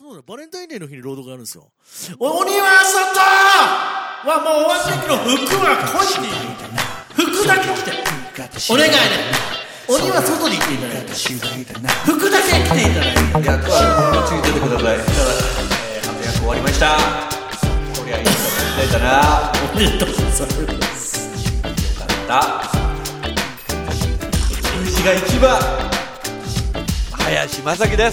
そうだ、バレンタインデーの日に朗読があるんですよ。鬼は外はもう終わってけど、服はこいで服だけ着てお願いね。鬼は外に行っていただいて服だけ着ていただいて役はついててください。ただ、あと役終わりました。こりゃいいことだったな。 おめでとうございます。 よかった。牛が一番林正樹です。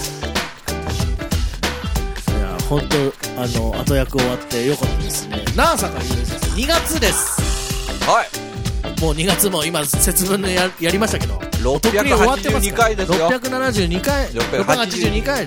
いや本当後役終わってよかったですね。何歳から言うんですか。2月です。 はい。 もう2月も今節分で やりましたけど 682回ですよ。 672回682回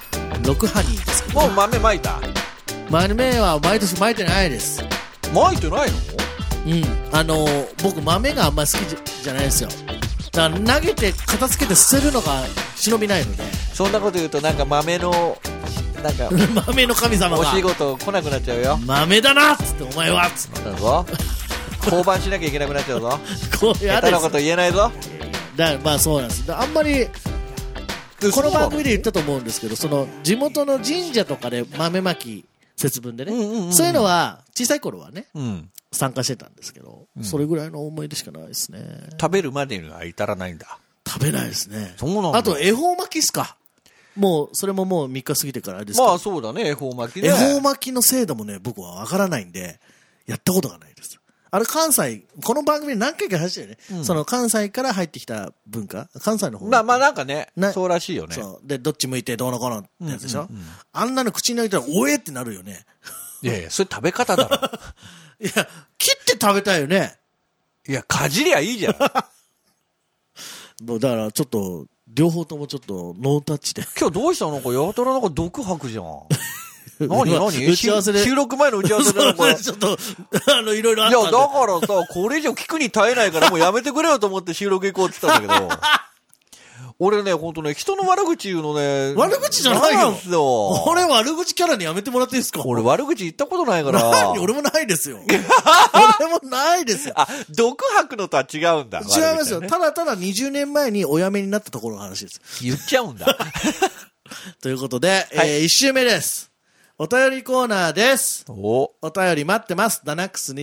6ハニーですけど、 もう豆まいた。 豆は毎年まいてないです。 まいてないの？ 僕豆があんまり好きじゃないですよ。だから投げて片付けて捨てるのが忍びないので。 そんなこと言うとなんか豆のなんか豆の神様がお仕事来なくなっちゃうよ。 豆だなっつってお前はっつってだぞ降板しなきゃいけなくなっちゃうぞ。 こうや下手なこと言えないぞ。 だからまあそうなんです。あんまりこの番組で言ったと思うんですけど、その地元の神社とかで豆まき節分でね、そういうのは小さい頃はね、参加してたんですけど、それぐらいの思い出しかないですね。 食べるまでには至らないんだ。 食べないですね。 そうなんだ。 あと恵方巻きっすか。もうそれももう3日過ぎてからあれですか。 まあそうだね、恵方巻きね。 恵方巻きの精度もね僕はわからないんでやったことがないです。あれ関西、この番組で何回か話したよね、その関西から入ってきた文化、関西の方まあなんかね、そうらしいよね。 そうでどっち向いてどうのこうのってやつでしょ、あんなの口に入れたらおえってなるよね。 いやいや、それ食べ方だろ。 いや切って食べたいよね。 いやかじりゃいいじゃん。 もうだからちょっと両方ともちょっとノータッチで。 今日どうしたの？なんかやたらなんか毒吐くじゃん。何打ち合わせで収録前の打ち合わせでなんかちょっといろいろあったんで。 いやだからさ、これ以上聞くに耐えないからもうやめてくれよと思って収録行こうって言ったんだけど。俺ね、ほんとね、人の悪口言うのね。 悪口じゃないよ。 なんすよ。 俺悪口キャラにやめてもらっていいですか。 俺悪口言ったことないから。 何？俺もないですよ。俺もないですよ。 あ、毒吐くのとは違うんだ。 違いますよ。ただただ20年前にお辞めになったところの話です。 言っちゃうんだ。 ということで、1週目です。お便りコーナーです。お便り待ってます。ダナックス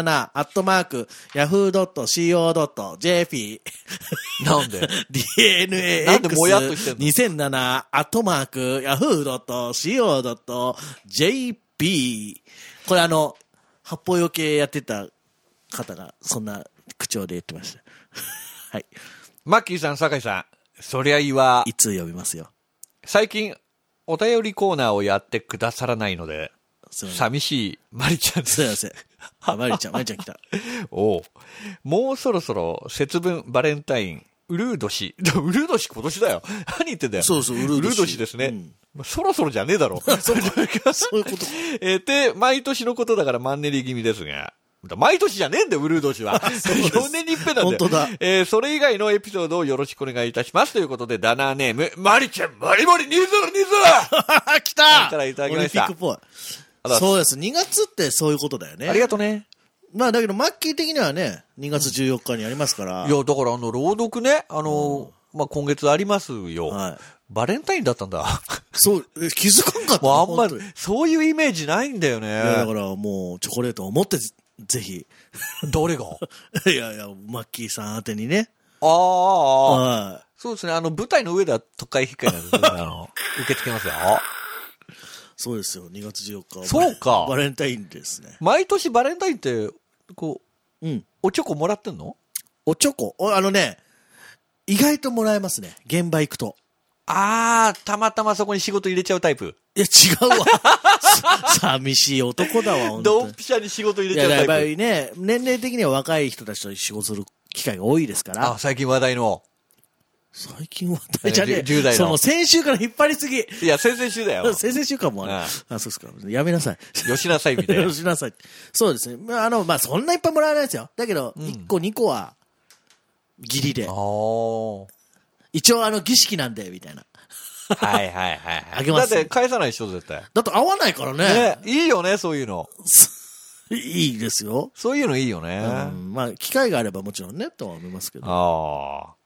2007@yahoo.co.jp なんで DNAX2007 @yahoo.co.jp これ発砲余計やってた方がそんな口調で言ってました。はい。 マッキーさん、酒井さん、そりゃいいわ。 いつ呼びますよ。 最近お便りコーナーをやってくださらないので、寂しいマリちゃんです。 すいません。マリちゃん来た。 おう。もうそろそろ節分、バレンタイン、ウルー年。ウルー年今年だよ。何言ってんだよ。 そうそう、ウルー年ですね。そろそろじゃねえだろ。 そういうこと。 で、毎年のことだからマンネリ気味ですが、毎年じゃねえんだよ、ウルー年は。4年に一遍なんだよ。 本当だ。 それ以外のエピソードをよろしくお願いいたします。ということで、ダナーネーム、マリちゃん、マリモリ2020！ 来た！ からいただきました。 オリンピックっぽい。そうです。2月ってそういうことだよね。 ありがとうね。 まあだけど、マッキー的にはね、2月14日にありますから。 いや、だから朗読ね、まあ、今月ありますよ。はい。バレンタインだったんだ。 そう、気づかんかった。 もうあんまり、そういうイメージないんだよね。いや、だからもう、チョコレートを持って、ぜひ。 誰がいやいや、マッキーさん宛てにね。 ああ、はい。そうですね、舞台の上では特会引っかいなんですけど、受け付けますよ。 そうですよ、2月14日。 そうか。 バレンタインですね。 毎年バレンタインって、おチョコもらってんの？ おチョコ意外ともらえますね、現場行くと。 たまたまそこに仕事入れちゃうタイプ。 いや、違うわ。寂しい男だわ、 ドンピシャに仕事入れちゃうタイプ。 いや、やっぱりね、年齢的には若い人たちと仕事する機会が多いですから。 最近話題の。 最近話題じゃねえ。 10代の。 もう先週から引っ張りすぎ。 いや、先々週だよ。 先々週かも。そうですか。やめなさい。 よしなさいみたいな。 よしなさい。そうですね。まあ、そんないっぱいもらえないですよ。だけど、1個2個は、ギリで。一応儀式なんで、みたいな。 はい。あげます。だって返さないでしょ、絶対。 だって合わないからね。 いいよね、そういうの。 いいですよ。 そういうのいいよね。 まあ、機会があればもちろんね、とは思いますけど。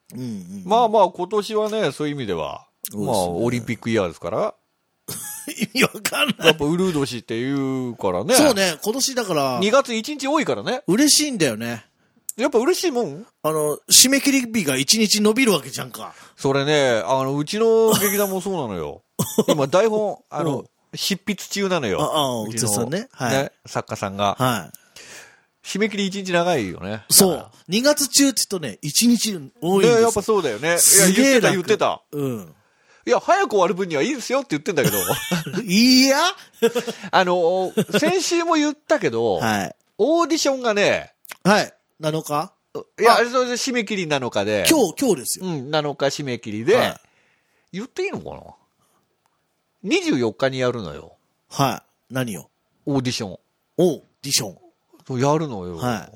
まあまあ、今年はね、そういう意味では、まあ、オリンピックイヤーですから。 意味わかんない。 やっぱウルー年って言うからね。 そうね、今年だから。 2月1日多いからね。 嬉しいんだよね。 やっぱ嬉しいもん？ 締め切り日が1日伸びるわけじゃんか。 それね、うちの劇団もそうなのよ。今台本、執筆中なのよ。 うちのさんね。はい。 ね、作家さんが。 はい。 締め切り1日長いよね。 そう。2月中って言うとね、1日多いんですよ。 やっぱそうだよね。 すげえ言ってた。 うん。 いや、早く終わる分にはいいですよって言ってんだけど。 いや先週も言ったけど、 はい。 オーディションがね、 はい。7日？ いや、それで締め切り7日で。 今日ですよ。 うん、7日締め切りで、はい、言っていいのかな ?24 日にやるのよ。 はい。何よ？ オーディション。 オーディション。 やるのよ。 はい。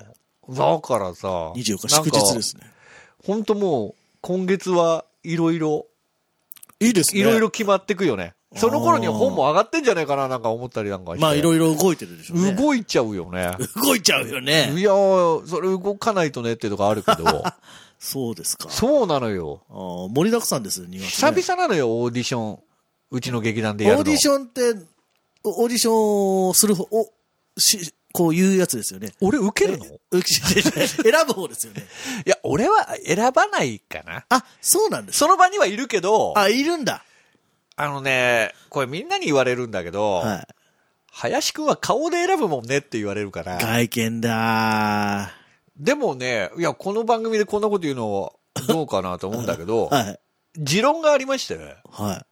だからさ、 24日祝日ですね。 ほんともう、今月はいろいろ、 いいですね。 いろいろ決まってくよね。その頃には本も上がってんじゃないかななんか思ったりなんかして。 まあいろいろ動いてるでしょうね。 動いちゃうよね。 動いちゃうよね。 いやー、それ動かないとねっていうとこあるけど。 そうですか。 そうなのよ。 盛りだくさんです、2月、ね。 久々なのよ、オーディション。うちの劇団でやるの。 オーディションって、オーディションするこういうやつですよね。 俺受けるの？ 選ぶ方ですよね。 いや、俺は選ばないかな。 あ、そうなんです。 その場にはいるけど。 あ、いるんだ。 これみんなに言われるんだけど、はい、林くんは顔で選ぶもんねって言われるから。 外見だー。 でもね、いや、この番組でこんなこと言うのはどうかなと思うんだけど、 はい、 持論がありましてね。 はい。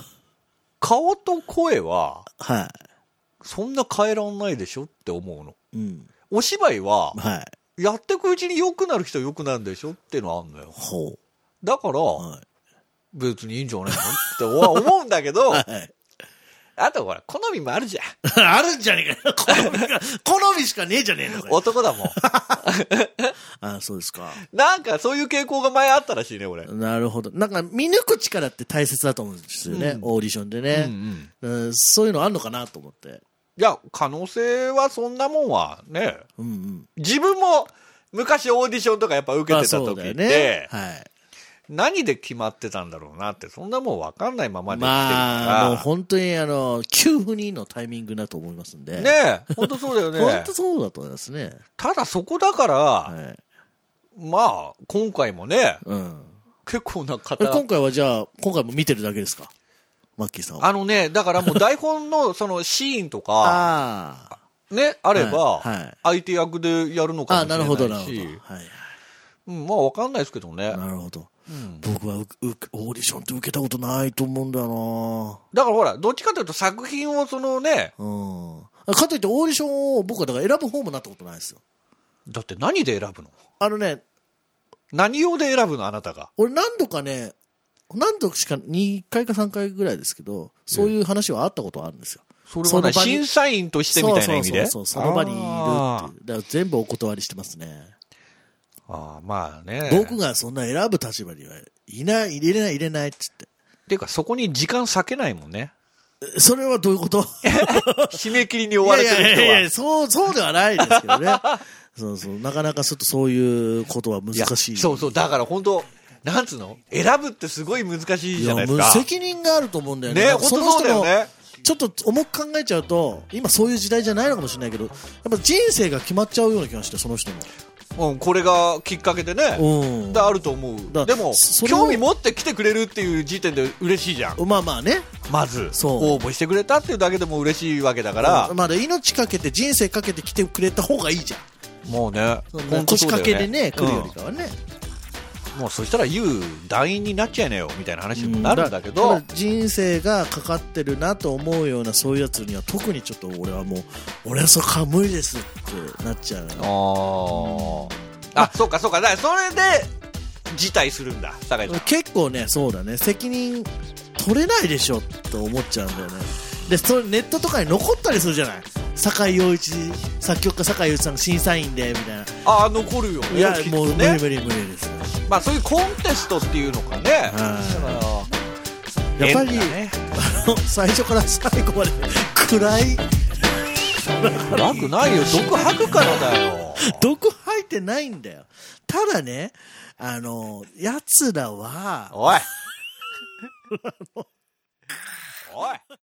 顔と声は、 はい。 そんな変えらんないでしょって思うの。 うん。 お芝居は、 はい。 やってくうちに良くなる人は良くなるんでしょっていうのはあんのよ。 ほう。 だから、 はい、 別にいいんじゃないのって思うんだけど、 はい、 あとほら、好みもあるじゃん。あるんじゃねえかよ。好みしかねえじゃねえのかよ。 男だもん。 あ、そうですか。 なんかそういう傾向が前あったらしいね、俺。 なるほど。なんか見抜く力って大切だと思うんですよね。オーディションでね、そういうのあんのかなと思って。 いや、可能性はそんなもんはね。自分も昔オーディションとかやっぱ受けてた時って、はい。何で決まってたんだろうなって、そんなもん分かんないままで来てるから。 まあ、もう本当に急不妊のタイミングだと思いますんで。 ねえ、本当そうだよね。 本当そうだと思いますね。 ただそこだから、はい、まあ、今回もね、結構な方。 今回はじゃあ、今回も見てるだけですか？マッキーさんは。 だからもう台本のそのシーンとか、ね、あれば、相手役でやるのかもしれないし。なるほど、なるほど。はい。まあ分かんないですけどね。 なるほど。僕はオーディションって受けたことないと思うんだよな。 だからほら、どっちかというと作品をそのね。 かといってオーディションを僕はだから選ぶ方もなったことないですよ。 だって何で選ぶの？何用で選ぶのあなたが。 俺何度しか2回か3回ぐらいですけど、そういう話はあったことはあるんですよ。 それはね、審査員としてみたいな意味で？ そう、その場にいるっていう。だから全部お断りしてますね。 まあね。 僕がそんな選ぶ立場にはいない、入れないっつって。 っていうか、そこに時間割けないもんね。 それはどういうこと？ 締め切りに追われてる人は。 いや、そうではないですけどね。そう、なかなかちょっとそういうことは難しい。 そう、だから本当なんつうの？選ぶってすごい難しいじゃないですか。 責任があると思うんだよね。 ね、本当そうだよね。 ちょっと重く考えちゃうと、今そういう時代じゃないのかもしれないけど、やっぱ人生が決まっちゃうような気がして、その人の。 これがきっかけでね、あると思う。でも興味持って来てくれるっていう時点で嬉しいじゃん。 まあね、 まず応募してくれたっていうだけでも嬉しいわけだから、 まだ命かけて人生かけて来てくれた方がいいじゃん。 もうね、 腰掛けでね来るよりかはね。 もうそしたら団員になっちゃいなよみたいな話にもなるんだけど、 人生がかかってるなと思うようなそういうやつには特にちょっと俺はそれか無理ですってなっちゃう。 そうかだからそれで辞退するんだ。 結構ね、そうだね、責任取れないでしょって思っちゃうんだよね。でそれネットとかに残ったりするじゃない。作曲家酒井陽一さんの審査員でみたいな。残るよね。いや、もう無理ですよ。 まあそういうコンテストっていうのかね。 やっぱり、最初から最後まで暗い。 暗くないよ。毒吐くからだよ。 毒吐いてないんだよ。ただね、奴らは。 おい。おい。